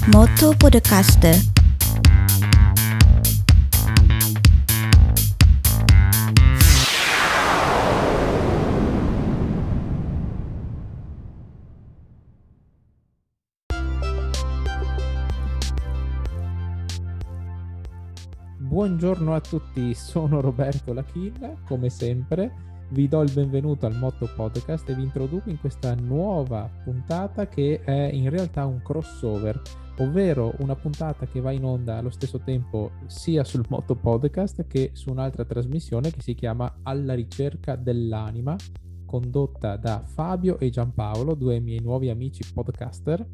Moto Podcaster. Buongiorno a tutti, sono Roberto Lachin, come sempre vi do il benvenuto al Moto Podcast e vi introduco in questa nuova puntata che è in realtà un crossover, ovvero una puntata che va in onda allo stesso tempo sia sul Moto Podcast che su un'altra trasmissione che si chiama Alla ricerca dell'anima, condotta da Fabio e Giampaolo, due miei nuovi amici podcaster.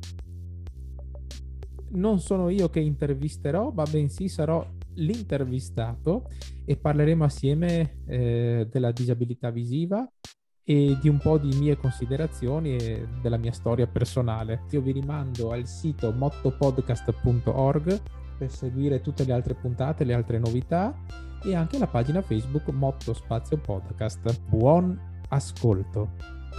Non sono io che intervisterò, ma bensì sarò l'intervistato e parleremo assieme della disabilità visiva e di un po' di mie considerazioni e della mia storia personale. Io vi rimando al sito mottopodcast.org per seguire tutte le altre puntate, le altre novità e anche la pagina Facebook Motto Spazio Podcast. Buon ascolto!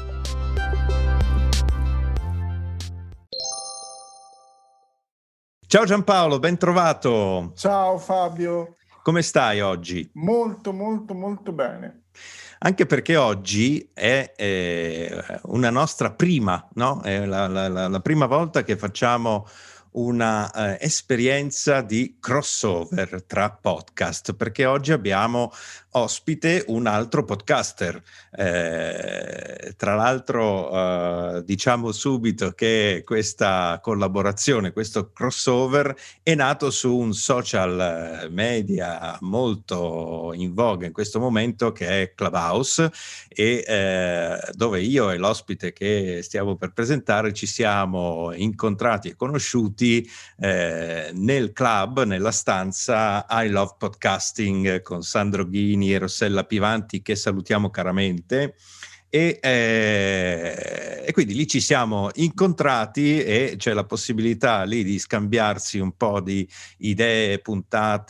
Ciao Giampaolo, ben trovato. Ciao Fabio. Come stai oggi? Molto bene. Anche perché oggi è una nostra prima, no? È la prima volta che facciamo una esperienza di crossover tra podcast, perché oggi abbiamo ospite un altro podcaster. Tra l'altro diciamo subito che questa collaborazione, questo crossover è nato su un social media molto in voga in questo momento che è Clubhouse e dove io e l'ospite che stiamo per presentare ci siamo incontrati e conosciuti nel club, nella stanza I Love Podcasting con Sandro Ghini e Rossella Pivanti, che salutiamo caramente. E quindi lì ci siamo incontrati e c'è la possibilità lì di scambiarsi un po' di idee, puntate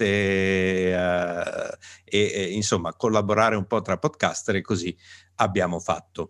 e insomma collaborare un po' tra podcaster, e così abbiamo fatto.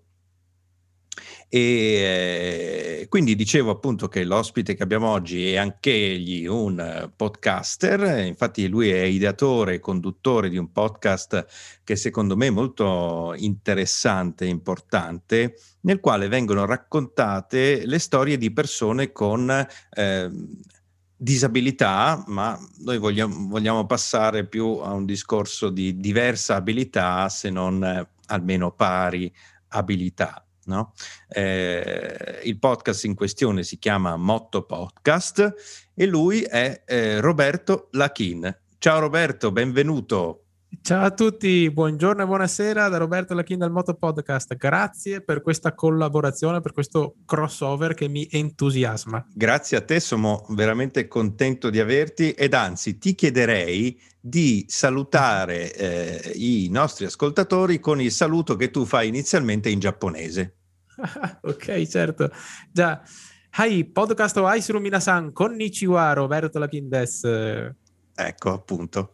E quindi dicevo appunto che l'ospite che abbiamo oggi è anch'egli un podcaster, infatti lui è ideatore e conduttore di un podcast che secondo me è molto interessante e importante, nel quale vengono raccontate le storie di persone con disabilità, ma noi vogliamo passare più a un discorso di diversa abilità, se non almeno pari abilità. No? Il podcast in questione si chiama Motto Podcast e lui è Roberto Lachin. Ciao Roberto, benvenuto. Ciao a tutti, buongiorno e buonasera da Roberto Lachin dal Moto Podcast. Grazie per questa collaborazione, per questo crossover che mi entusiasma. Grazie a te, sono veramente contento di averti ed anzi ti chiederei di salutare i nostri ascoltatori con il saluto che tu fai inizialmente in giapponese. Ok, certo. Già. Hai podcast o aisuru minasan, konnichiwa, Roberto Lachin desu. Ecco, appunto.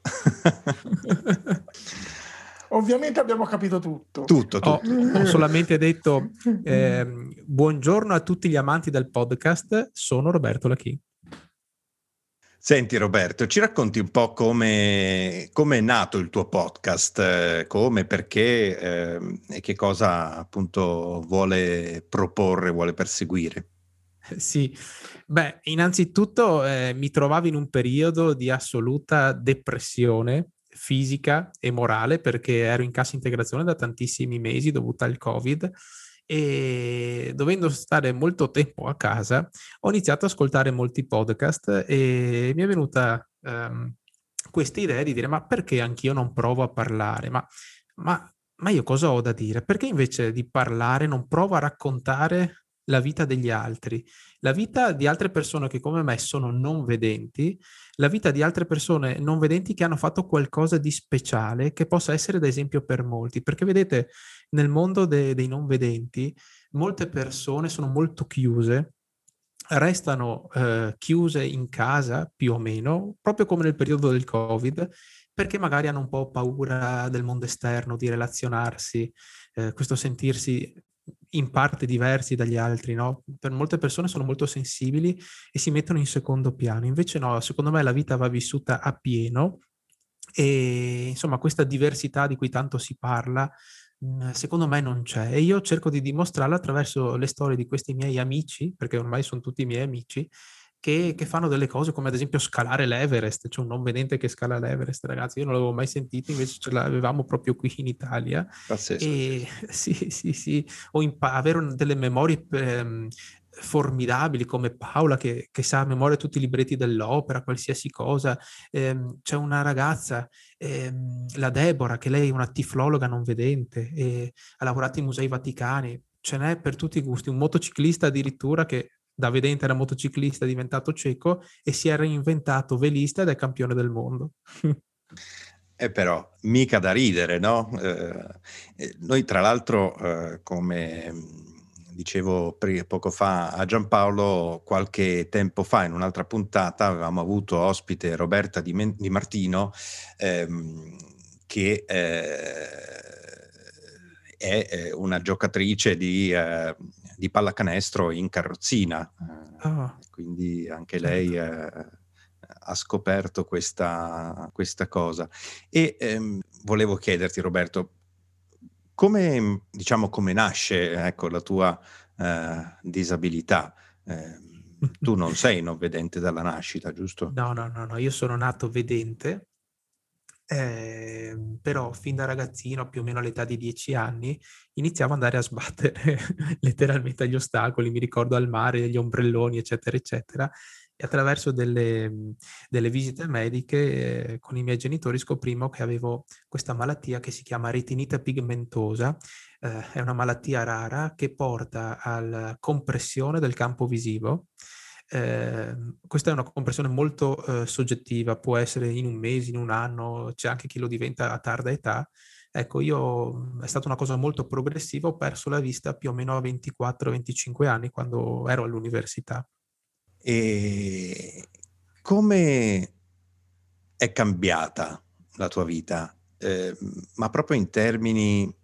Ovviamente abbiamo capito tutto. Tutto. Ho solamente detto buongiorno a tutti gli amanti del podcast, sono Roberto Lachin. Senti Roberto, ci racconti un po' come è nato il tuo podcast, come, perché e che cosa appunto vuole proporre, vuole perseguire? Sì, beh, innanzitutto mi trovavo in un periodo di assoluta depressione fisica e morale perché ero in cassa integrazione da tantissimi mesi dovuta al Covid e dovendo stare molto tempo a casa ho iniziato ad ascoltare molti podcast e mi è venuta questa idea di dire ma perché anch'io non provo a parlare? Ma io cosa ho da dire? Perché invece di parlare non provo a raccontare la vita degli altri, la vita di altre persone che come me sono non vedenti, la vita di altre persone non vedenti che hanno fatto qualcosa di speciale che possa essere d'esempio per molti, perché vedete nel mondo dei non vedenti molte persone sono molto chiuse, restano chiuse in casa più o meno, proprio come nel periodo del Covid, perché magari hanno un po' paura del mondo esterno, di relazionarsi, questo sentirsi in parte diversi dagli altri, no? Per molte persone sono molto sensibili e si mettono in secondo piano, invece no, secondo me la vita va vissuta a pieno e insomma questa diversità di cui tanto si parla, secondo me non c'è e io cerco di dimostrarla attraverso le storie di questi miei amici, perché ormai sono tutti miei amici, che fanno delle cose come ad esempio scalare l'Everest. C'è un non vedente che scala l'Everest, ragazzi, io non l'avevo mai sentito, invece ce l'avevamo proprio qui in Italia. Pazzesco. E sì, sì, sì, o avere delle memorie formidabili come Paola che sa a memoria tutti i libretti dell'opera, qualsiasi cosa. C'è una ragazza, la Deborah, che lei è una tiflologa non vedente e ha lavorato in musei vaticani. Ce n'è per tutti i gusti. Un motociclista addirittura che da vedente era motociclista, è diventato cieco e si è reinventato velista ed è campione del mondo. Però mica da ridere, no? Noi tra l'altro, come dicevo poco fa a Giampaolo, qualche tempo fa in un'altra puntata avevamo avuto ospite Roberta Di Martino, che è una giocatrice di pallacanestro in carrozzina, quindi anche lei ha scoperto questa cosa. E volevo chiederti, Roberto, come nasce, ecco, la tua disabilità? Tu non sei non vedente dalla nascita, giusto? No, io sono nato vedente, però fin da ragazzino, più o meno all'età di 10 anni, iniziavo ad andare a sbattere letteralmente agli ostacoli, mi ricordo al mare, gli ombrelloni, eccetera, eccetera. E attraverso delle visite mediche con i miei genitori scoprimmo che avevo questa malattia che si chiama retinite pigmentosa. È una malattia rara che porta alla compressione del campo visivo. Questa è una compressione molto soggettiva, può essere in un mese, in un anno, c'è anche chi lo diventa a tarda età. Ecco, è stata una cosa molto progressiva, ho perso la vista più o meno a 24-25 anni quando ero all'università. E come è cambiata la tua vita? Ma proprio in termini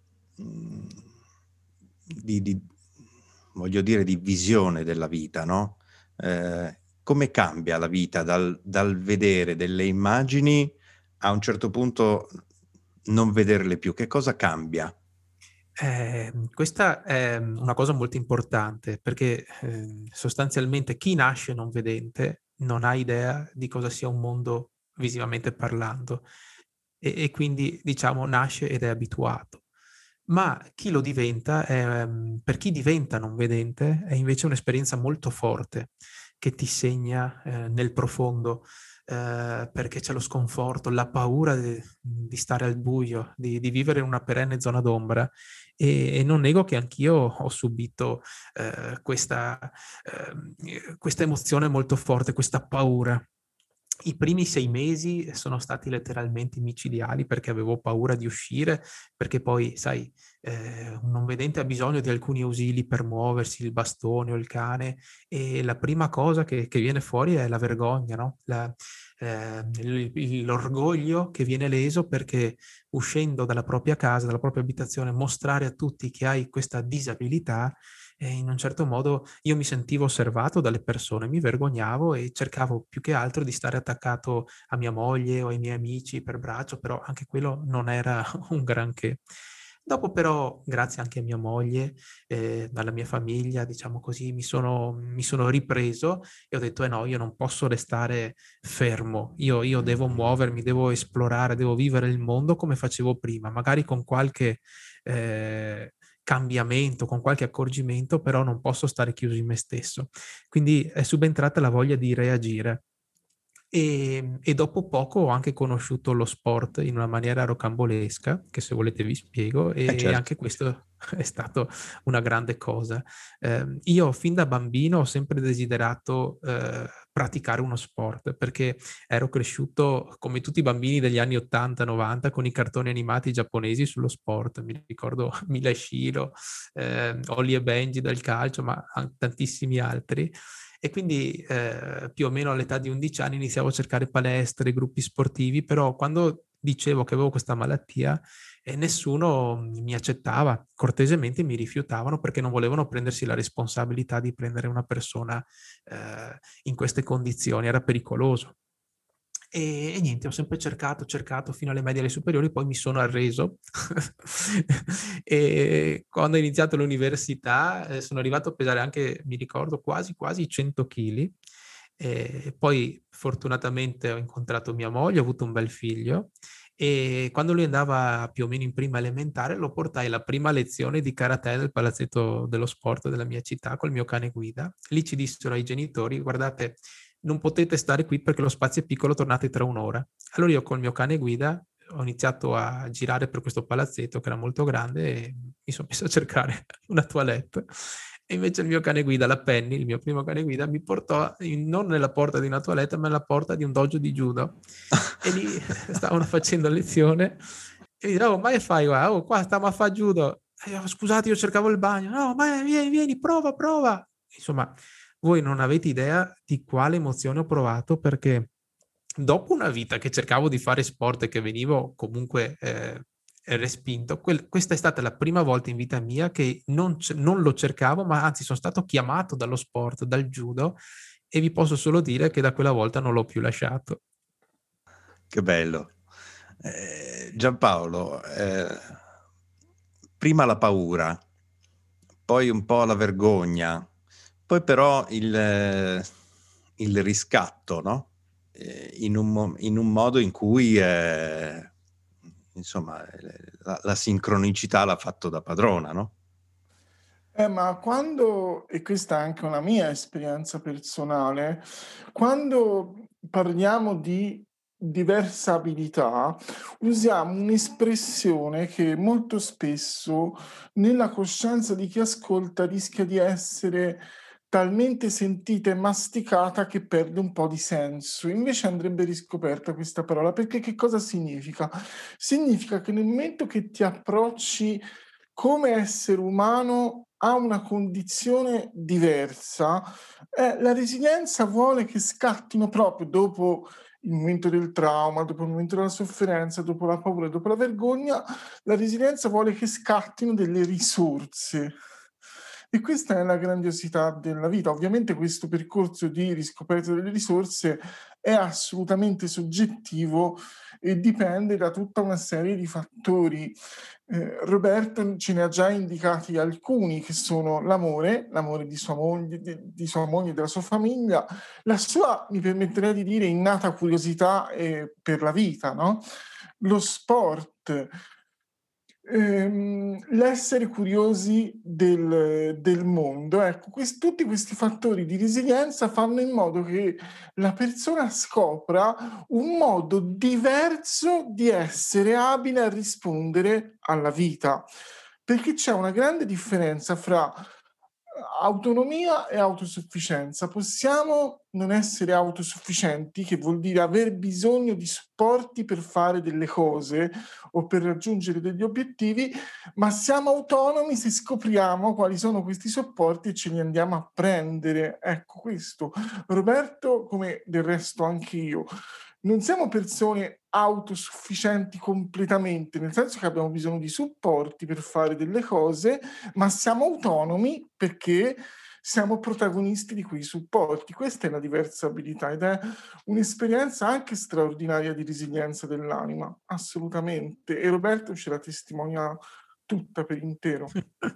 voglio dire, di visione della vita, no? Come cambia la vita dal vedere delle immagini a un certo punto non vederle più? Che cosa cambia? Questa è una cosa molto importante perché sostanzialmente chi nasce non vedente non ha idea di cosa sia un mondo visivamente parlando e quindi diciamo nasce ed è abituato. Ma chi lo diventa, per chi diventa non vedente, è invece un'esperienza molto forte che ti segna nel profondo, perché c'è lo sconforto, la paura di stare al buio, di vivere in una perenne zona d'ombra. E non nego che anch'io ho subito questa emozione molto forte, questa paura. I primi 6 mesi sono stati letteralmente micidiali perché avevo paura di uscire, perché poi, sai, un non vedente ha bisogno di alcuni ausili per muoversi, il bastone o il cane, e la prima cosa che viene fuori è la vergogna, no? L'orgoglio che viene leso perché uscendo dalla propria casa, dalla propria abitazione, mostrare a tutti che hai questa disabilità, in un certo modo io mi sentivo osservato dalle persone, mi vergognavo e cercavo più che altro di stare attaccato a mia moglie o ai miei amici per braccio, però anche quello non era un granché. Dopo però, grazie anche a mia moglie, alla mia famiglia, diciamo così, mi sono ripreso e ho detto, no, io non posso restare fermo, io devo muovermi, devo esplorare, devo vivere il mondo come facevo prima, magari con qualche cambiamento, con qualche accorgimento, però non posso stare chiuso in me stesso. Quindi è subentrata la voglia di reagire. E dopo poco ho anche conosciuto lo sport in una maniera rocambolesca, che se volete vi spiego, e Certo. anche questo è stato una grande cosa. Io fin da bambino ho sempre desiderato praticare uno sport, perché ero cresciuto come tutti i bambini degli anni 80-90 con i cartoni animati giapponesi sullo sport. Mi ricordo Mila e Shiro, Holly e Benji del calcio, ma tantissimi altri. E quindi più o meno all'età di 11 anni iniziavo a cercare palestre, gruppi sportivi, però quando dicevo che avevo questa malattia e nessuno mi accettava, cortesemente mi rifiutavano perché non volevano prendersi la responsabilità di prendere una persona in queste condizioni, era pericoloso. E niente, ho sempre cercato fino alle medie e alle superiori, poi mi sono arreso e quando ho iniziato l'università sono arrivato a pesare anche, mi ricordo, quasi 100 kg. E poi fortunatamente ho incontrato mia moglie, ho avuto un bel figlio e quando lui andava più o meno in prima elementare lo portai alla prima lezione di karate del palazzetto dello sport della mia città col mio cane guida. Lì ci dissero ai genitori: guardate, non potete stare qui perché lo spazio è piccolo, tornate tra un'ora. Allora io col mio cane guida ho iniziato a girare per questo palazzetto che era molto grande e mi sono messo a cercare una toilette. E invece il mio cane guida, la Penny, il mio primo cane guida, mi portò non nella porta di una toilette, ma nella porta di un dojo di judo. E lì stavano facendo lezione e mi dicevo: oh, ma che fai qua? Oh, qua stiamo a fare judo. E io, scusate, io cercavo il bagno. No, ma vieni, prova. Insomma, voi non avete idea di quale emozione ho provato, perché dopo una vita che cercavo di fare sport e che venivo comunque respinto, questa è stata la prima volta in vita mia che non lo cercavo, ma anzi sono stato chiamato dallo sport, dal judo, e vi posso solo dire che da quella volta non l'ho più lasciato. Che bello. Giampaolo, prima la paura, poi un po' la vergogna, poi però il riscatto, no? In un modo in cui insomma la sincronicità l'ha fatto da padrona, no? Ma quando, e questa è anche una mia esperienza personale, quando parliamo di diversa abilità, usiamo un'espressione che molto spesso nella coscienza di chi ascolta rischia di essere talmente sentita e masticata che perde un po' di senso. Invece andrebbe riscoperta questa parola, perché che cosa significa? Significa che nel momento che ti approcci come essere umano a una condizione diversa, la resilienza vuole che scattino proprio dopo il momento del trauma, dopo il momento della sofferenza, dopo la paura, dopo la vergogna, la resilienza vuole che scattino delle risorse. E questa è la grandiosità della vita. Ovviamente questo percorso di riscoperta delle risorse è assolutamente soggettivo e dipende da tutta una serie di fattori. Roberto ce ne ha già indicati alcuni, che sono l'amore di sua moglie, di sua moglie e della sua famiglia, la sua, mi permetterei di dire, innata curiosità per la vita, no? Lo sport, l'essere curiosi del mondo. Ecco, tutti questi fattori di resilienza fanno in modo che la persona scopra un modo diverso di essere abile a rispondere alla vita, perché c'è una grande differenza fra autonomia e autosufficienza. Possiamo non essere autosufficienti, che vuol dire aver bisogno di supporti per fare delle cose o per raggiungere degli obiettivi, ma siamo autonomi se scopriamo quali sono questi supporti e ce li andiamo a prendere. Ecco questo. Roberto, come del resto anche io, non siamo persone autosufficienti completamente, nel senso che abbiamo bisogno di supporti per fare delle cose, ma siamo autonomi perché siamo protagonisti di quei supporti. Questa è la diversa abilità ed è un'esperienza anche straordinaria di resilienza dell'anima, assolutamente. E Roberto ce la testimonia tutta per intero.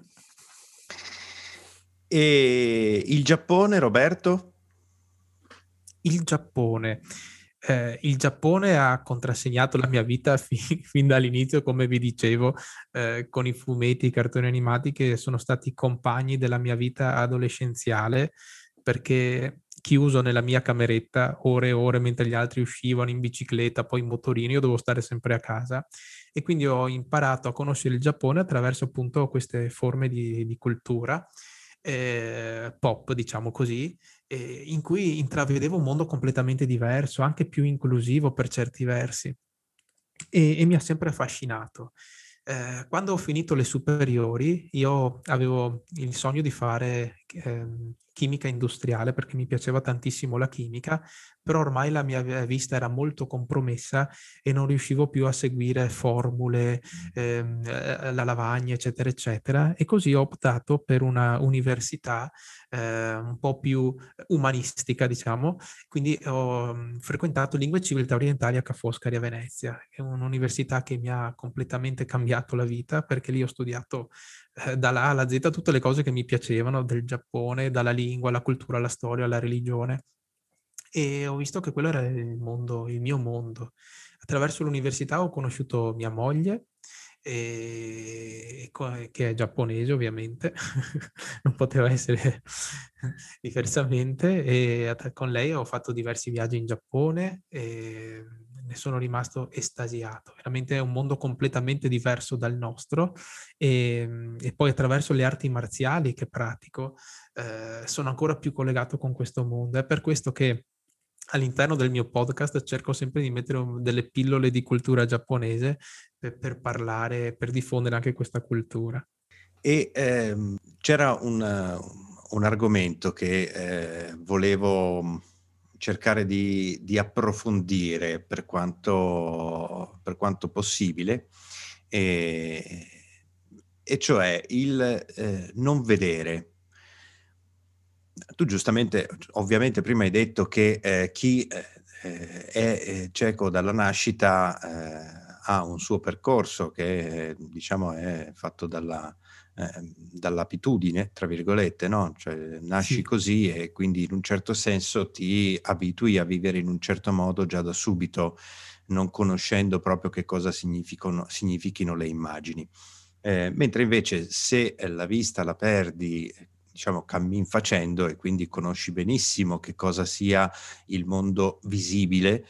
E il Giappone, Roberto? Il Giappone. Il Giappone ha contrassegnato la mia vita fin dall'inizio, come vi dicevo, con i fumetti, i cartoni animati che sono stati compagni della mia vita adolescenziale, perché chiuso nella mia cameretta ore e ore mentre gli altri uscivano in bicicletta, poi in motorino, io dovevo stare sempre a casa e quindi ho imparato a conoscere il Giappone attraverso appunto queste forme di cultura pop, diciamo così, in cui intravedevo un mondo completamente diverso, anche più inclusivo per certi versi, e mi ha sempre affascinato. Quando ho finito le superiori, io avevo il sogno di fare chimica industriale perché mi piaceva tantissimo la chimica, però ormai la mia vista era molto compromessa e non riuscivo più a seguire formule, la lavagna, eccetera, eccetera. E così ho optato per una università un po' più umanistica, diciamo. Quindi ho frequentato Lingue e Civiltà Orientali a Ca' Foscari a Venezia. È un'università che mi ha completamente cambiato la vita, perché lì ho studiato dalla A alla Z tutte le cose che mi piacevano del Giappone, dalla lingua, alla cultura, alla storia, alla religione. E ho visto che quello era il mondo, il mio mondo. Attraverso l'università ho conosciuto mia moglie, che è giapponese ovviamente, non poteva essere diversamente, e con lei ho fatto diversi viaggi in Giappone e ne sono rimasto estasiato. Veramente è un mondo completamente diverso dal nostro e poi attraverso le arti marziali che pratico sono ancora più collegato con questo mondo. È per questo che all'interno del mio podcast cerco sempre di mettere delle pillole di cultura giapponese per parlare, per diffondere anche questa cultura. E c'era un argomento che volevo cercare di approfondire per quanto possibile, e cioè il non vedere. Tu giustamente, ovviamente prima hai detto che chi è cieco dalla nascita ha un suo percorso che diciamo è fatto dall'abitudine, tra virgolette, no? Cioè nasci Sì. così e quindi in un certo senso ti abitui a vivere in un certo modo già da subito, non conoscendo proprio che cosa significhino le immagini. Mentre invece se la vista la perdi, diciamo, cammin facendo, e quindi conosci benissimo che cosa sia il mondo visibile,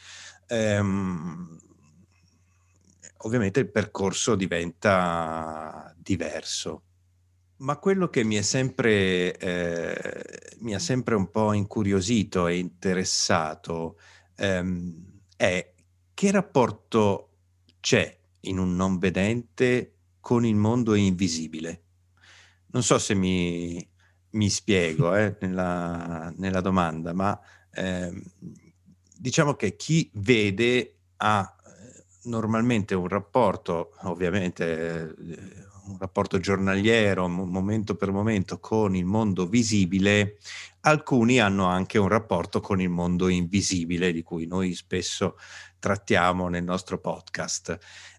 ovviamente il percorso diventa diverso. Ma quello che mi ha sempre un po' incuriosito e interessato è: che rapporto c'è in un non vedente con il mondo invisibile? Non so se mi spiego nella domanda, ma diciamo che chi vede ha normalmente un rapporto, ovviamente un rapporto giornaliero, momento per momento, con il mondo visibile. Alcuni hanno anche un rapporto con il mondo invisibile, di cui noi spesso trattiamo nel nostro podcast.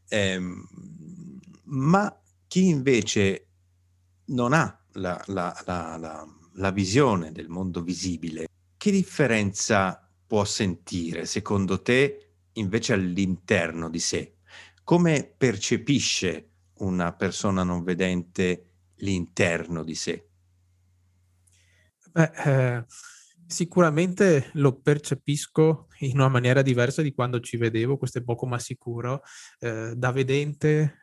Ma chi invece non ha la visione del mondo visibile, che differenza può sentire, secondo te, invece all'interno di sé? Come percepisce una persona non vedente l'interno di sé? Beh, sicuramente lo percepisco in una maniera diversa di quando ci vedevo, questo è poco ma sicuro. Da vedente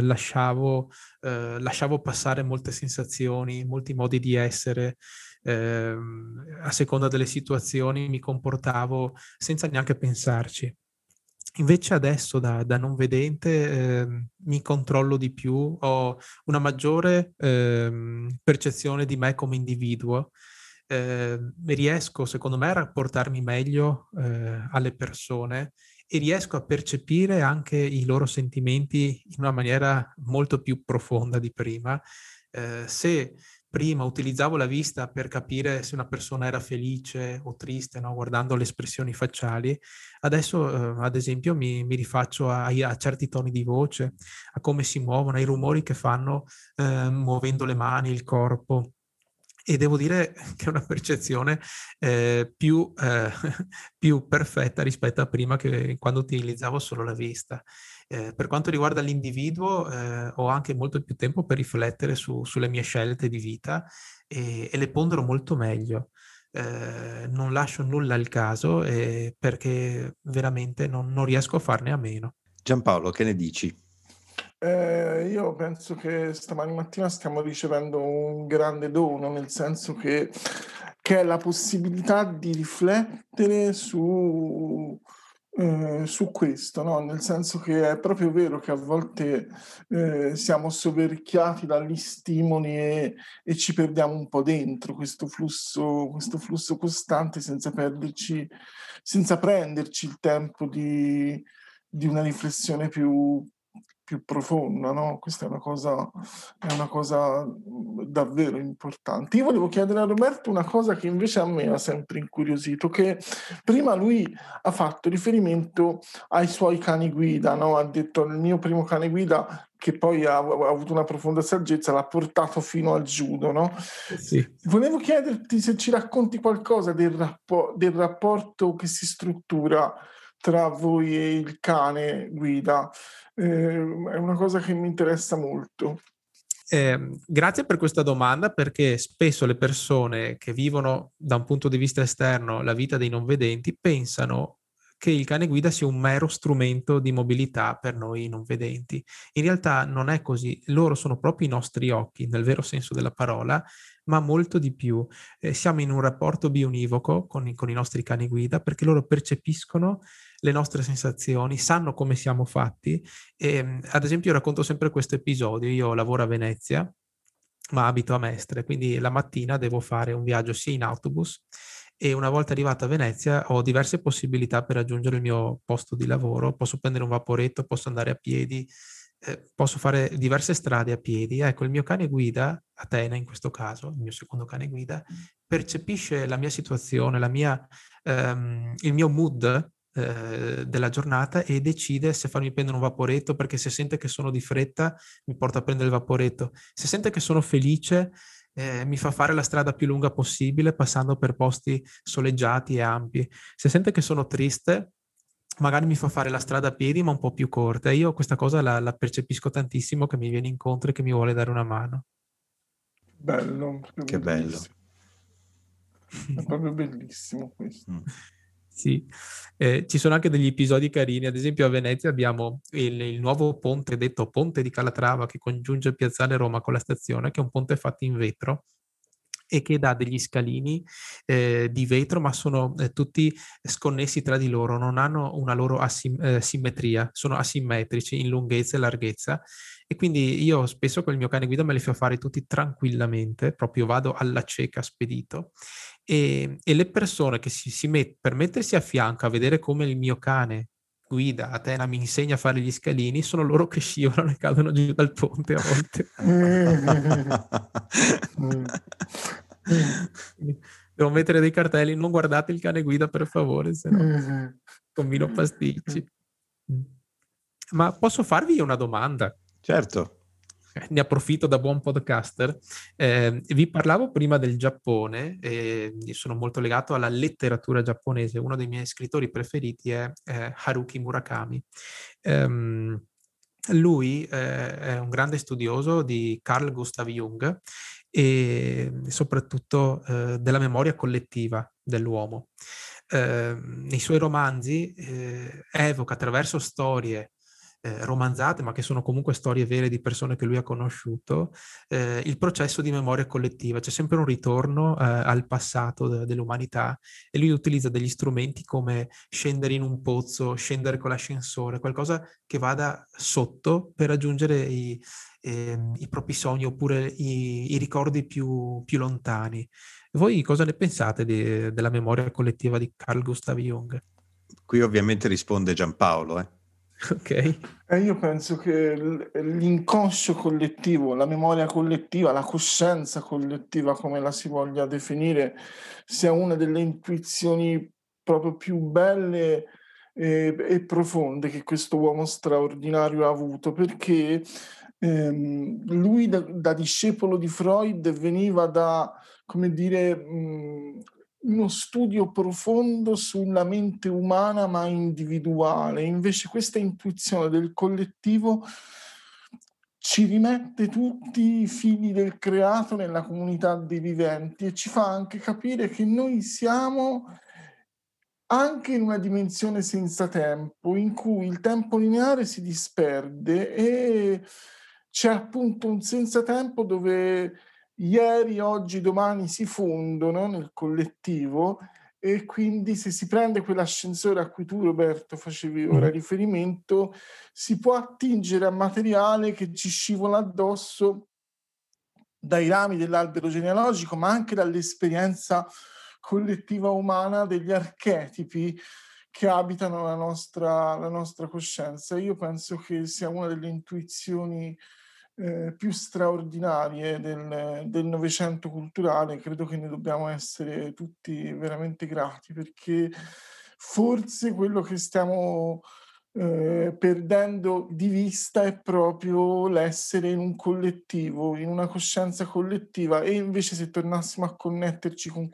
lasciavo passare molte sensazioni, molti modi di essere, a seconda delle situazioni mi comportavo senza neanche pensarci. Invece adesso da non vedente mi controllo di più, ho una maggiore percezione di me come individuo. Riesco, secondo me, a rapportarmi meglio alle persone e riesco a percepire anche i loro sentimenti in una maniera molto più profonda di prima. Se prima utilizzavo la vista per capire se una persona era felice o triste, no? Guardando le espressioni facciali, adesso ad esempio mi rifaccio a certi toni di voce, a come si muovono, ai rumori che fanno muovendo le mani, il corpo. E devo dire che è una percezione più perfetta rispetto a prima, che quando utilizzavo solo la vista. Per quanto riguarda l'individuo, ho anche molto più tempo per riflettere sulle mie scelte di vita e le pondero molto meglio. Non lascio nulla al caso perché veramente non riesco a farne a meno. Giampaolo, che ne dici? Io penso che stamani mattina stiamo ricevendo un grande dono, nel senso che è la possibilità di riflettere su questo, no? Nel senso che è proprio vero che a volte siamo soverchiati dagli stimoli e ci perdiamo un po' dentro questo flusso costante senza prenderci il tempo di una riflessione più profonda, no? Questa è una cosa davvero importante. Io volevo chiedere a Roberto una cosa che invece a me ha sempre incuriosito, che prima lui ha fatto riferimento ai suoi cani guida, no? Ha detto il mio primo cane guida, che poi ha avuto una profonda saggezza, l'ha portato fino al judo, no? Sì. Volevo chiederti se ci racconti qualcosa del rapporto che si struttura tra voi e il cane guida. È una cosa che mi interessa molto. Grazie per questa domanda, perché spesso le persone che vivono da un punto di vista esterno la vita dei non vedenti pensano che il cane guida sia un mero strumento di mobilità per noi non vedenti. In realtà non è così, loro sono proprio i nostri occhi, nel vero senso della parola, ma molto di più. Siamo in un rapporto bionivoco con i nostri cani guida, perché loro percepiscono le nostre sensazioni, sanno come siamo fatti. Ad esempio, io racconto sempre questo episodio. Io lavoro a Venezia, ma abito a Mestre, quindi la mattina devo fare un viaggio sia in autobus, e una volta arrivata a Venezia ho diverse possibilità per raggiungere il mio posto di lavoro. Posso prendere un vaporetto, posso andare a piedi, posso fare diverse strade a piedi. Ecco, il mio cane guida, Atena in questo caso, il mio secondo cane guida, percepisce la mia situazione, il mio mood della giornata, e decide se farmi prendere un vaporetto, perché se sente che sono di fretta mi porta a prendere il vaporetto, se sente che sono felice mi fa fare la strada più lunga possibile passando per posti soleggiati e ampi, se sente che sono triste magari mi fa fare la strada a piedi ma un po' più corta, e io questa cosa la percepisco tantissimo, che mi viene incontro e che mi vuole dare una mano. Bello, Che bello. bellissimo. È proprio bellissimo questo. Mm. Sì, ci sono anche degli episodi carini. Ad esempio a Venezia abbiamo il nuovo ponte, detto Ponte di Calatrava, che congiunge Piazzale Roma con la stazione, che è un ponte fatto in vetro e che dà degli scalini di vetro, ma sono tutti sconnessi tra di loro, non hanno una loro simmetria, sono asimmetrici in lunghezza e larghezza. E quindi io spesso con il mio cane guida me li fa fare tutti tranquillamente, proprio vado alla cieca spedito, e le persone che per mettersi a fianco a vedere come il mio cane guida Atena mi insegna a fare gli scalini, sono loro che scivolano e cadono giù dal ponte a volte. Devo mettere dei cartelli: non guardate il cane guida per favore, se no combino pasticci. Ma posso farvi una domanda? Certo. Ne approfitto da buon podcaster. Vi parlavo prima del Giappone, io sono molto legato alla letteratura giapponese. Uno dei miei scrittori preferiti è Haruki Murakami. Lui è un grande studioso di Carl Gustav Jung e soprattutto della memoria collettiva dell'uomo. Nei suoi romanzi evoca attraverso storie romanzate, ma che sono comunque storie vere di persone che lui ha conosciuto, il processo di memoria collettiva. C'è sempre un ritorno al passato dell'umanità, e lui utilizza degli strumenti come scendere in un pozzo, scendere con l'ascensore, qualcosa che vada sotto per raggiungere i propri sogni, oppure i ricordi più lontani. Voi cosa ne pensate della memoria collettiva di Carl Gustav Jung? Qui ovviamente risponde Giampaolo, Ok. Io penso che l'inconscio collettivo, la memoria collettiva, la coscienza collettiva, come la si voglia definire, sia una delle intuizioni proprio più belle e profonde che questo uomo straordinario ha avuto, perché lui da discepolo di Freud veniva da, come dire, uno studio profondo sulla mente umana ma individuale. Invece questa intuizione del collettivo ci rimette tutti i figli del creato nella comunità dei viventi e ci fa anche capire che noi siamo anche in una dimensione senza tempo, in cui il tempo lineare si disperde e c'è appunto un senza tempo dove ieri, oggi, domani si fondono nel collettivo e quindi se si prende quell'ascensore a cui tu, Roberto, facevi ora riferimento, si può attingere a materiale che ci scivola addosso dai rami dell'albero genealogico, ma anche dall'esperienza collettiva umana degli archetipi che abitano la nostra coscienza. Io penso che sia una delle intuizioni più straordinarie del Novecento culturale. Credo che ne dobbiamo essere tutti veramente grati, perché forse quello che stiamo perdendo di vista è proprio l'essere in un collettivo, in una coscienza collettiva, e invece se tornassimo a connetterci con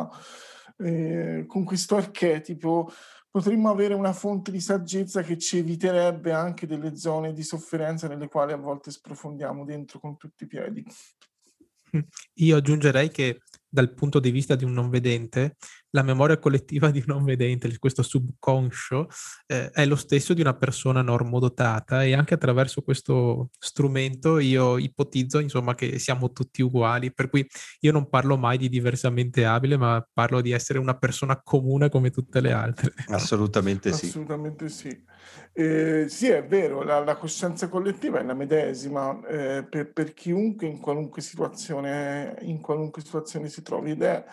questo archetipo, potremmo avere una fonte di saggezza che ci eviterebbe anche delle zone di sofferenza nelle quali a volte sprofondiamo dentro con tutti i piedi. Io aggiungerei che dal punto di vista di un non vedente, la memoria collettiva di un non vedente, questo subconscio, è lo stesso di una persona normodotata, e anche attraverso questo strumento io ipotizzo, insomma, che siamo tutti uguali, per cui io non parlo mai di diversamente abile, ma parlo di essere una persona comune come tutte le altre. Assolutamente sì. Assolutamente sì. Sì, è vero, la coscienza collettiva è la medesima per chiunque in qualunque situazione si trovi, ed è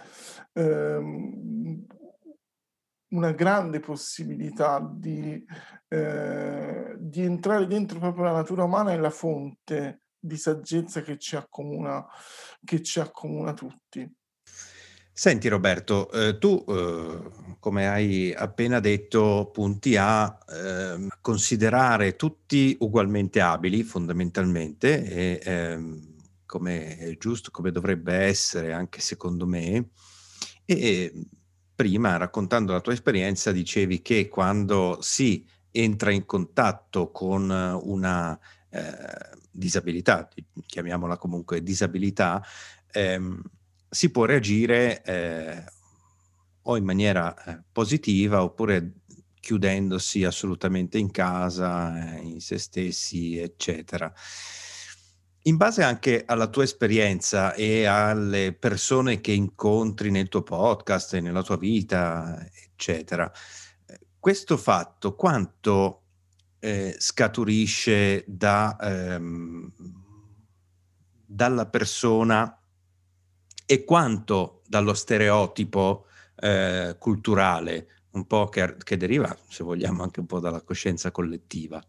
una grande possibilità di entrare dentro proprio la natura umana e la fonte di saggezza che ci accomuna tutti. Senti Roberto, tu, come hai appena detto, punti a considerare tutti ugualmente abili fondamentalmente, e come è giusto, come dovrebbe essere anche secondo me. E prima, raccontando la tua esperienza, dicevi che quando si entra in contatto con una disabilità, chiamiamola comunque disabilità, si può reagire o in maniera positiva, oppure chiudendosi assolutamente in casa, in se stessi, eccetera. In base anche alla tua esperienza e alle persone che incontri nel tuo podcast e nella tua vita, eccetera, questo fatto quanto scaturisce dalla persona, e quanto dallo stereotipo culturale, un po' che deriva, se vogliamo, anche un po' dalla coscienza collettiva?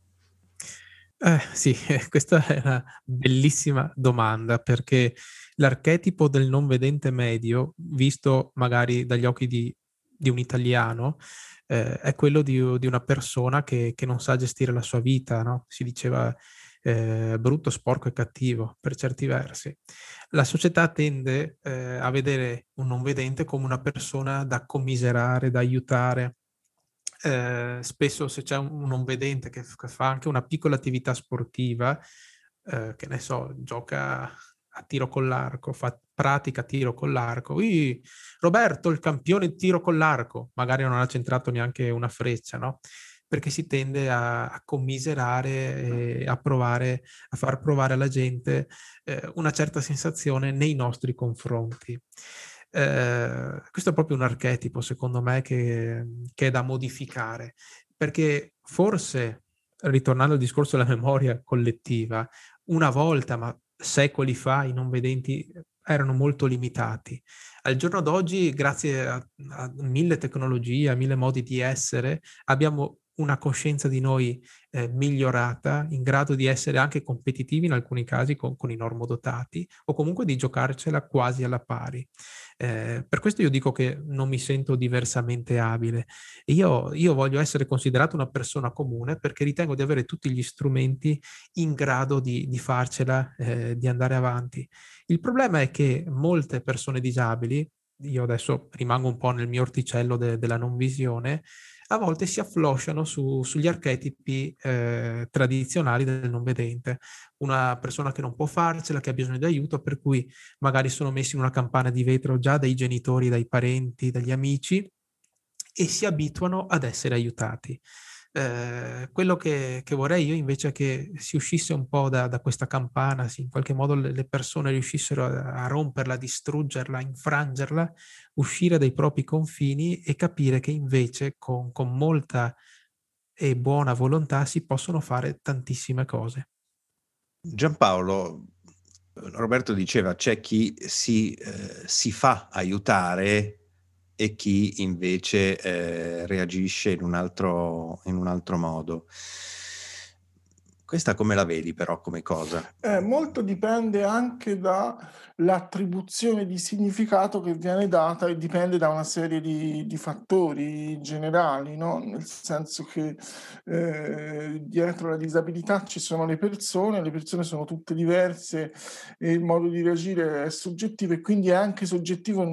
Sì, questa è una bellissima domanda, perché l'archetipo del non vedente medio, visto magari dagli occhi di un italiano, è quello di una persona che non sa gestire la sua vita, no? Si diceva brutto, sporco e cattivo, per certi versi. La società tende a vedere un non vedente come una persona da commiserare, da aiutare. Spesso se c'è un non vedente che fa anche una piccola attività sportiva, che ne so, gioca a tiro con l'arco, pratica tiro con l'arco. Roberto, il campione di tiro con l'arco, magari non ha centrato neanche una freccia, no? Perché si tende a commiserare e a far provare alla gente una certa sensazione nei nostri confronti. Questo è proprio un archetipo, secondo me, che è da modificare, perché forse, ritornando al discorso della memoria collettiva, una volta, ma secoli fa, i non vedenti erano molto limitati. Al giorno d'oggi, grazie a mille tecnologie, a mille modi di essere, abbiamo una coscienza di noi migliorata, in grado di essere anche competitivi in alcuni casi con i normodotati, o comunque di giocarcela quasi alla pari. Per questo io dico che non mi sento diversamente abile. Io voglio essere considerato una persona comune, perché ritengo di avere tutti gli strumenti in grado di farcela, di andare avanti. Il problema è che molte persone disabili, io adesso rimango un po' nel mio orticello della non visione, a volte si afflosciano sugli archetipi tradizionali del non vedente. Una persona che non può farcela, che ha bisogno di aiuto, per cui magari sono messi in una campana di vetro già dai genitori, dai parenti, dagli amici, e si abituano ad essere aiutati. Quello che vorrei io invece è che si uscisse un po' da questa campana, in qualche modo le persone riuscissero a romperla, a distruggerla, a infrangerla, uscire dai propri confini e capire che invece con molta e buona volontà si possono fare tantissime cose. Giampaolo, Roberto diceva c'è chi si fa aiutare e chi invece reagisce in un altro modo. Questa come la vedi però come cosa? Molto dipende anche dall'attribuzione di significato che viene data e dipende da una serie di fattori generali, no? Nel senso che dietro la disabilità ci sono le persone sono tutte diverse e il modo di reagire è soggettivo e quindi è anche soggettivo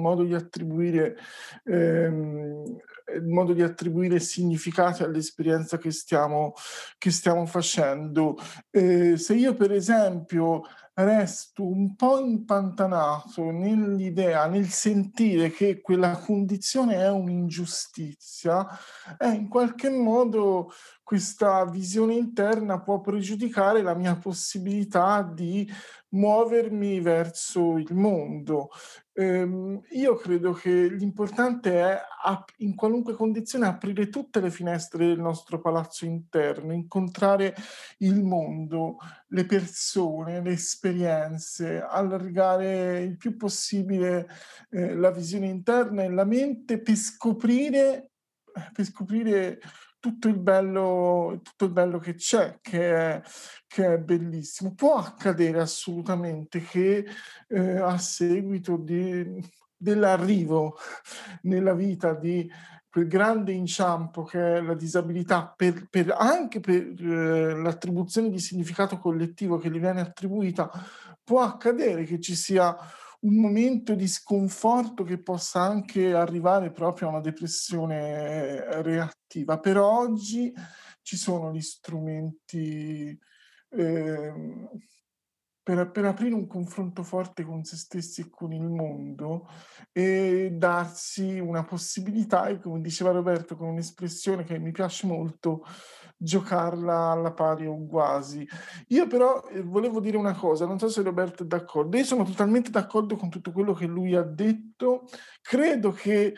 il modo di attribuire significati all'esperienza che stiamo facendo. Se io per esempio resto un po' impantanato nell'idea, nel sentire che quella condizione è un'ingiustizia, in qualche modo questa visione interna può pregiudicare la mia possibilità di muovermi verso il mondo. Io credo che l'importante è in qualunque condizione aprire tutte le finestre del nostro palazzo interno, incontrare il mondo, le persone, le esperienze, allargare il più possibile la visione interna e la mente per scoprire tutto il bello che c'è, che è bellissimo. Può accadere assolutamente che a seguito dell'arrivo nella vita di quel grande inciampo che è la disabilità, anche per l'attribuzione di significato collettivo che gli viene attribuita, può accadere che ci sia un momento di sconforto che possa anche arrivare proprio a una depressione reattiva. Però oggi ci sono gli strumenti ehm, per aprire un confronto forte con se stessi e con il mondo e darsi una possibilità e, come diceva Roberto con un'espressione che mi piace molto, giocarla alla pari o quasi. Io però volevo dire una cosa, non so se Roberto è d'accordo. Io sono totalmente d'accordo con tutto quello che lui ha detto. Credo che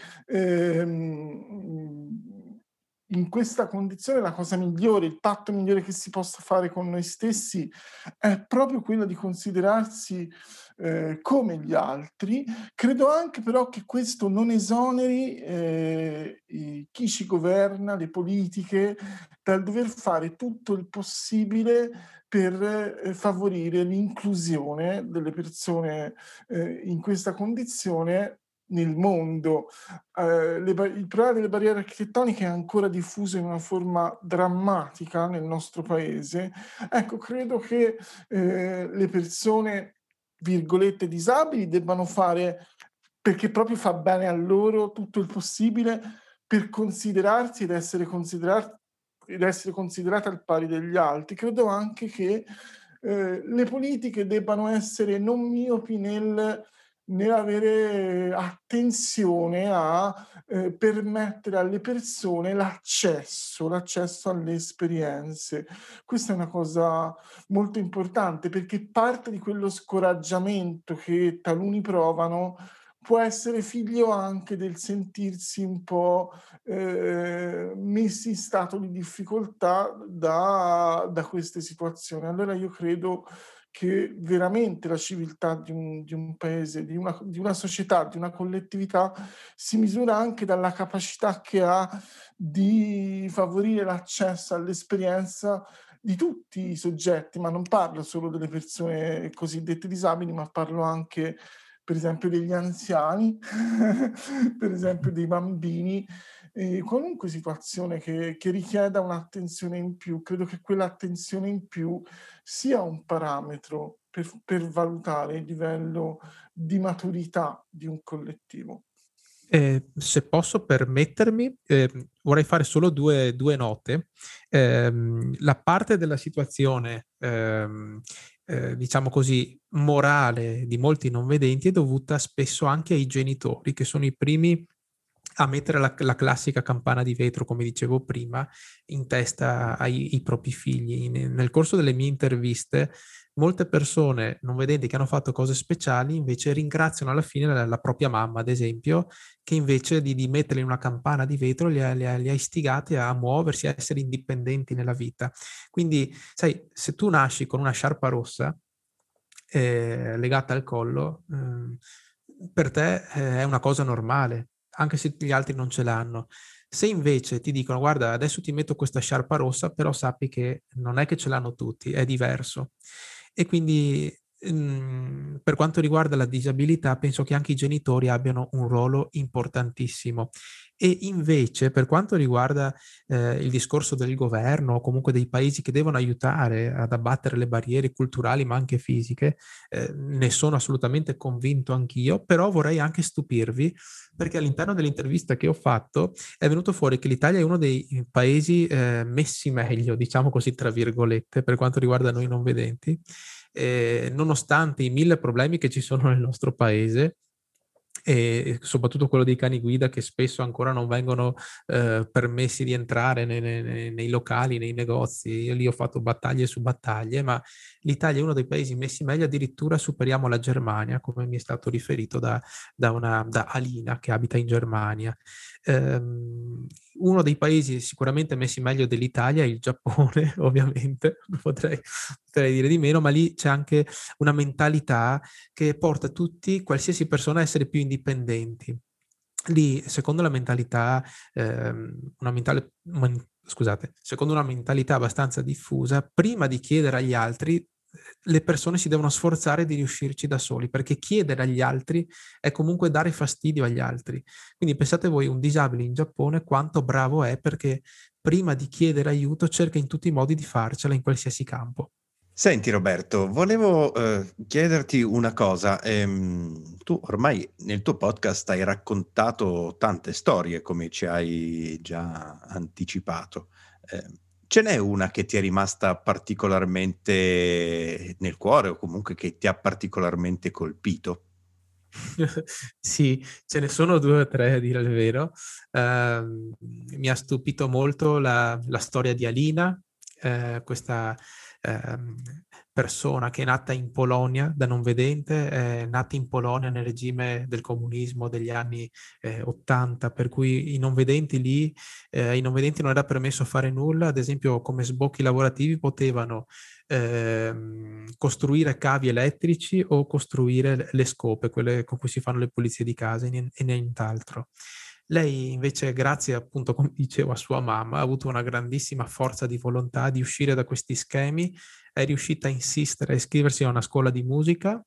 in questa condizione la cosa migliore, il patto migliore che si possa fare con noi stessi è proprio quello di considerarsi come gli altri. Credo anche però che questo non esoneri chi ci governa, le politiche, dal dover fare tutto il possibile per favorire l'inclusione delle persone in questa condizione nel mondo. Il problema delle barriere architettoniche è ancora diffuso in una forma drammatica nel nostro paese. Ecco, credo che le persone, virgolette, disabili debbano fare, perché proprio fa bene a loro, tutto il possibile per considerarsi ed essere considerate al pari degli altri. Credo anche che le politiche debbano essere non miopi nell'avere attenzione a permettere alle persone l'accesso alle esperienze. Questa è una cosa molto importante perché parte di quello scoraggiamento che taluni provano può essere figlio anche del sentirsi un po' messi in stato di difficoltà da queste situazioni. Allora io credo che veramente la civiltà di un paese, di una società, di una collettività si misura anche dalla capacità che ha di favorire l'accesso all'esperienza di tutti i soggetti, ma non parlo solo delle persone cosiddette disabili, ma parlo anche per esempio degli anziani, per esempio dei bambini, qualunque situazione che richieda un'attenzione in più. Credo che quell'attenzione in più sia un parametro per valutare il livello di maturità di un collettivo. Se posso permettermi, vorrei fare solo due note. La parte della situazione, diciamo così, morale di molti non vedenti è dovuta spesso anche ai genitori, che sono i primi a mettere la classica campana di vetro, come dicevo prima, in testa ai propri figli. Nel corso delle mie interviste, molte persone non vedenti che hanno fatto cose speciali invece ringraziano alla fine la propria mamma, ad esempio, che invece di metterli in una campana di vetro li ha istigati a muoversi, a essere indipendenti nella vita. Quindi, sai, se tu nasci con una sciarpa rossa legata al collo, per te è una cosa normale, anche se gli altri non ce l'hanno. Se invece ti dicono, guarda, adesso ti metto questa sciarpa rossa, però sappi che non è che ce l'hanno tutti, è diverso. E quindi per quanto riguarda la disabilità, penso che anche i genitori abbiano un ruolo importantissimo. E invece, per quanto riguarda il discorso del governo o comunque dei paesi che devono aiutare ad abbattere le barriere culturali ma anche fisiche, ne sono assolutamente convinto anch'io, però vorrei anche stupirvi perché all'interno dell'intervista che ho fatto è venuto fuori che l'Italia è uno dei paesi messi meglio, diciamo così, tra virgolette, per quanto riguarda noi non vedenti, nonostante i 1000 problemi che ci sono nel nostro paese, e soprattutto quello dei cani guida che spesso ancora non vengono permessi di entrare nei locali, nei negozi. Io lì ho fatto battaglie su battaglie, ma l'Italia è uno dei paesi messi meglio, addirittura superiamo la Germania, come mi è stato riferito da Alina che abita in Germania. Uno dei paesi sicuramente messi meglio dell'Italia è il Giappone, ovviamente, potrei dire di meno, ma lì c'è anche una mentalità che porta tutti, qualsiasi persona, a essere più indipendenti. Lì, secondo la mentalità, secondo una mentalità abbastanza diffusa, prima di chiedere agli altri, le persone si devono sforzare di riuscirci da soli, perché chiedere agli altri è comunque dare fastidio agli altri. Quindi pensate voi, un disabile in Giappone quanto bravo è, perché prima di chiedere aiuto cerca in tutti i modi di farcela in qualsiasi campo. Senti Roberto, volevo chiederti una cosa. Tu ormai nel tuo podcast hai raccontato tante storie, come ci hai già anticipato. Ce n'è una che ti è rimasta particolarmente nel cuore o comunque che ti ha particolarmente colpito? Sì, ce ne sono 2 o 3 a dire il vero. Mi ha stupito molto la storia di Alina, questa ehm, persona che è nata in Polonia da non vedente, è nata in Polonia nel regime del comunismo degli anni 80, per cui i non vedenti lì, ai non vedenti non era permesso fare nulla, ad esempio come sbocchi lavorativi potevano costruire cavi elettrici o costruire le scope, quelle con cui si fanno le pulizie di casa e nient'altro. Lei invece, grazie appunto, come dicevo, a sua mamma, ha avuto una grandissima forza di volontà di uscire da questi schemi, è riuscita a insistere a iscriversi a una scuola di musica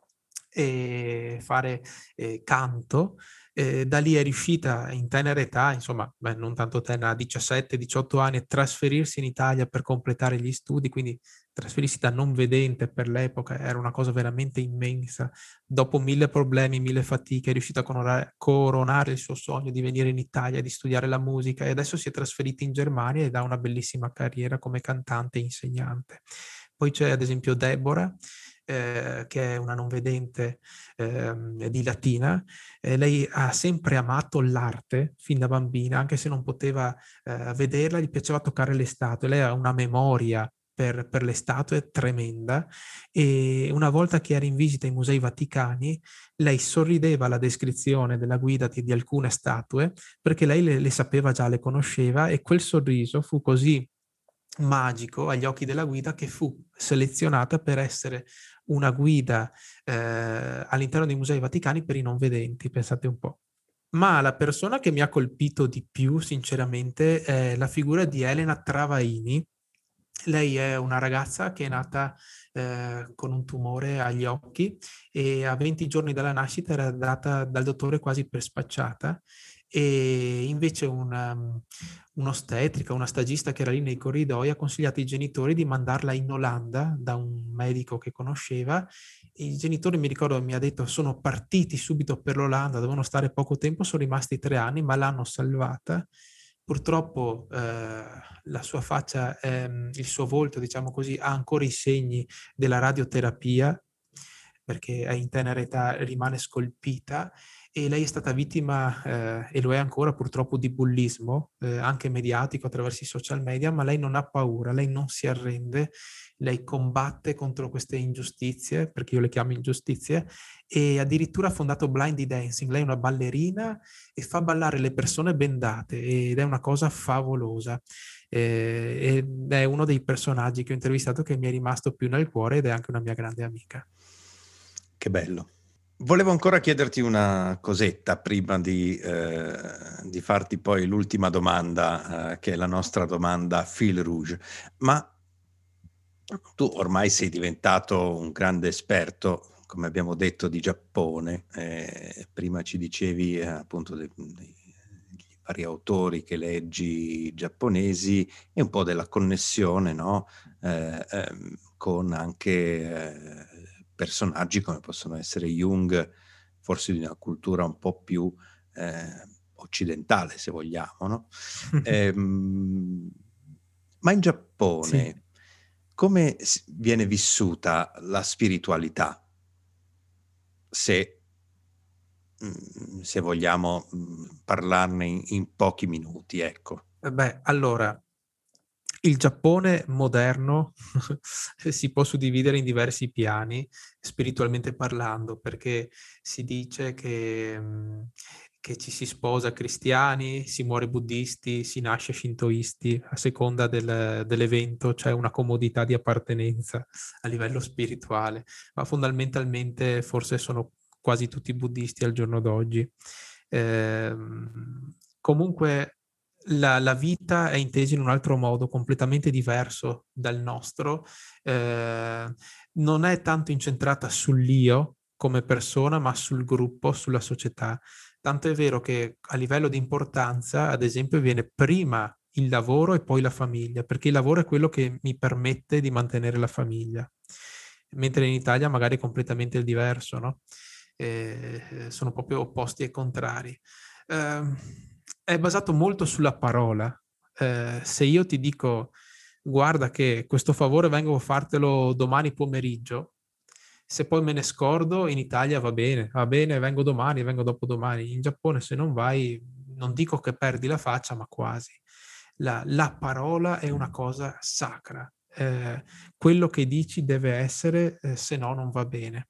e fare canto. Da lì è riuscita in tenera età, insomma, non tanto tenera, a 17-18 anni, a trasferirsi in Italia per completare gli studi, quindi trasferirsi da non vedente per l'epoca era una cosa veramente immensa. Dopo 1000 problemi, 1000 fatiche, è riuscita a coronare il suo sogno di venire in Italia, di studiare la musica, e adesso si è trasferita in Germania ed ha una bellissima carriera come cantante e insegnante. Poi c'è ad esempio Deborah, che è una non vedente di Latina. Lei ha sempre amato l'arte fin da bambina, anche se non poteva vederla, gli piaceva toccare le statue. Lei ha una memoria per le statue tremenda, e una volta che era in visita ai Musei Vaticani lei sorrideva alla descrizione della guida di alcune statue, perché lei le sapeva già, le conosceva, e quel sorriso fu così magico agli occhi della guida che fu selezionata per essere una guida all'interno dei Musei Vaticani per i non vedenti, pensate un po'. Ma la persona che mi ha colpito di più, sinceramente, è la figura di Elena Travaini. Lei è una ragazza che è nata con un tumore agli occhi, e a 20 giorni dalla nascita era data dal dottore quasi per spacciata, e invece un'ostetrica, una stagista che era lì nei corridoi ha consigliato ai genitori di mandarla in Olanda da un medico che conosceva. I genitori, mi ricordo, mi ha detto, sono partiti subito per l'Olanda, dovevano stare poco tempo, sono rimasti 3 anni, ma l'hanno salvata. Purtroppo la sua faccia, il suo volto, diciamo così, ha ancora i segni della radioterapia, perché in tenera età rimane scolpita, e lei è stata vittima, e lo è ancora purtroppo, di bullismo, anche mediatico attraverso i social media, ma lei non ha paura, lei non si arrende, lei combatte contro queste ingiustizie, perché io le chiamo ingiustizie, e addirittura ha fondato Blindy Dancing. Lei è una ballerina e fa ballare le persone bendate ed è una cosa favolosa. Ed è uno dei personaggi che ho intervistato che mi è rimasto più nel cuore ed è anche una mia grande amica. Che bello. Volevo ancora chiederti una cosetta prima di farti poi l'ultima domanda, che è la nostra domanda fil rouge. Ma tu ormai sei diventato un grande esperto, come abbiamo detto, di Giappone. Prima ci dicevi appunto dei vari autori che leggi giapponesi e un po' della connessione, no? Con anche personaggi come possono essere Jung, forse di una cultura un po' più occidentale, se vogliamo, no? Ma in Giappone... Sì. Come viene vissuta la spiritualità? Se vogliamo parlarne in pochi minuti, ecco. Beh, allora, il Giappone moderno si può suddividere in diversi piani, spiritualmente parlando, perché si dice che ci si sposa cristiani, si muore buddisti, si nasce shintoisti, a seconda dell'evento c'è una comodità di appartenenza a livello spirituale, ma fondamentalmente forse sono quasi tutti buddisti al giorno d'oggi. Comunque la vita è intesa in un altro modo, completamente diverso dal nostro. Non è tanto incentrata sull'io come persona, ma sul gruppo, sulla società. Tanto è vero che a livello di importanza, ad esempio, viene prima il lavoro e poi la famiglia, perché il lavoro è quello che mi permette di mantenere la famiglia. Mentre in Italia magari è completamente il diverso, no? Sono proprio opposti e contrari. È basato molto sulla parola. Se io ti dico, guarda che questo favore vengo a fartelo domani pomeriggio, se poi me ne scordo, in Italia va bene, vengo domani, vengo dopodomani. In Giappone se non vai, non dico che perdi la faccia, ma quasi. La parola è una cosa sacra. Quello che dici deve essere, se no non va bene.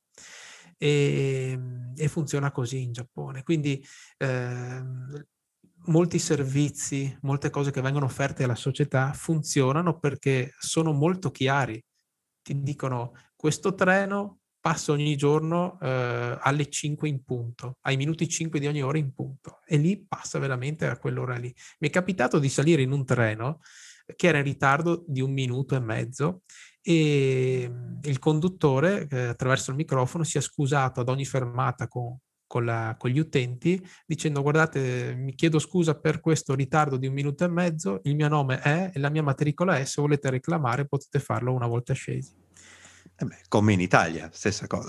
E funziona così in Giappone. Quindi molti servizi, molte cose che vengono offerte alla società funzionano perché sono molto chiari. Ti dicono questo treno passa ogni giorno alle 5 in punto, ai minuti 5 di ogni ora in punto, e lì passa veramente a quell'ora lì. Mi è capitato di salire in un treno che era in ritardo di 1 minuto e mezzo e il conduttore attraverso il microfono si è scusato ad ogni fermata con gli utenti dicendo guardate, mi chiedo scusa per questo ritardo di 1 minuto e mezzo, il mio nome è e la mia matricola è, se volete reclamare potete farlo una volta scesi. Come in Italia, stessa cosa.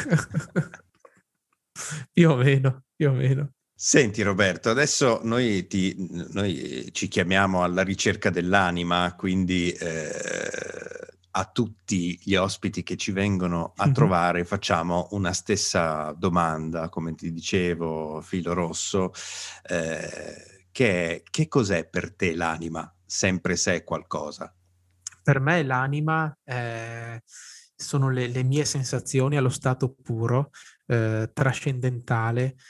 Più o meno, più o meno. Senti Roberto, adesso noi ci chiamiamo alla ricerca dell'anima, quindi a tutti gli ospiti che ci vengono a trovare facciamo una stessa domanda, come ti dicevo, filo rosso, che cos'è per te l'anima, sempre se è qualcosa? Per me l'anima sono le mie sensazioni allo stato puro, trascendentale,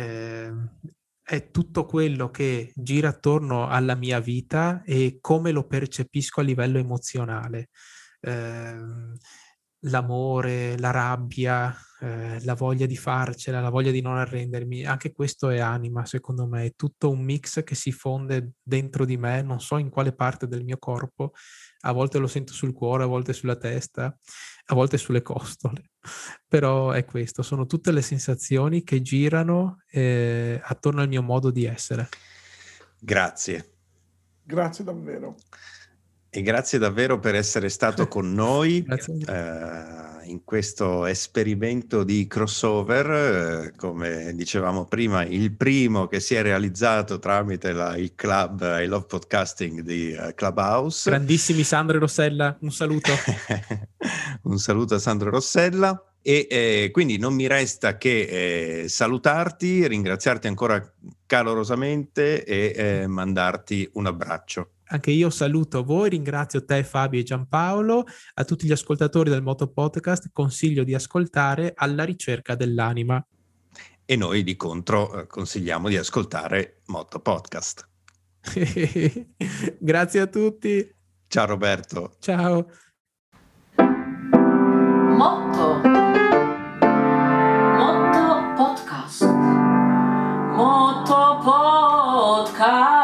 è tutto quello che gira attorno alla mia vita e come lo percepisco a livello emozionale. L'amore, la rabbia, la voglia di farcela, la voglia di non arrendermi, anche questo è anima, secondo me, è tutto un mix che si fonde dentro di me, non so in quale parte del mio corpo, a volte lo sento sul cuore, a volte sulla testa, a volte sulle costole, però è questo, sono tutte le sensazioni che girano attorno al mio modo di essere. Grazie. Grazie davvero. E grazie davvero per essere stato con noi in questo esperimento di crossover, come dicevamo prima, il primo che si è realizzato tramite il club I Love Podcasting di Clubhouse. Grandissimi Sandro e Rossella, un saluto. Un saluto a Sandro Rossella. E quindi non mi resta che salutarti, ringraziarti ancora calorosamente e mandarti un abbraccio. Anche io saluto voi, ringrazio te Fabio e Giampaolo, a tutti gli ascoltatori del Moto Podcast consiglio di ascoltare Alla ricerca dell'anima. E noi di contro consigliamo di ascoltare Moto Podcast. Grazie a tutti. Ciao Roberto. Ciao. Moto Podcast. Moto Podcast.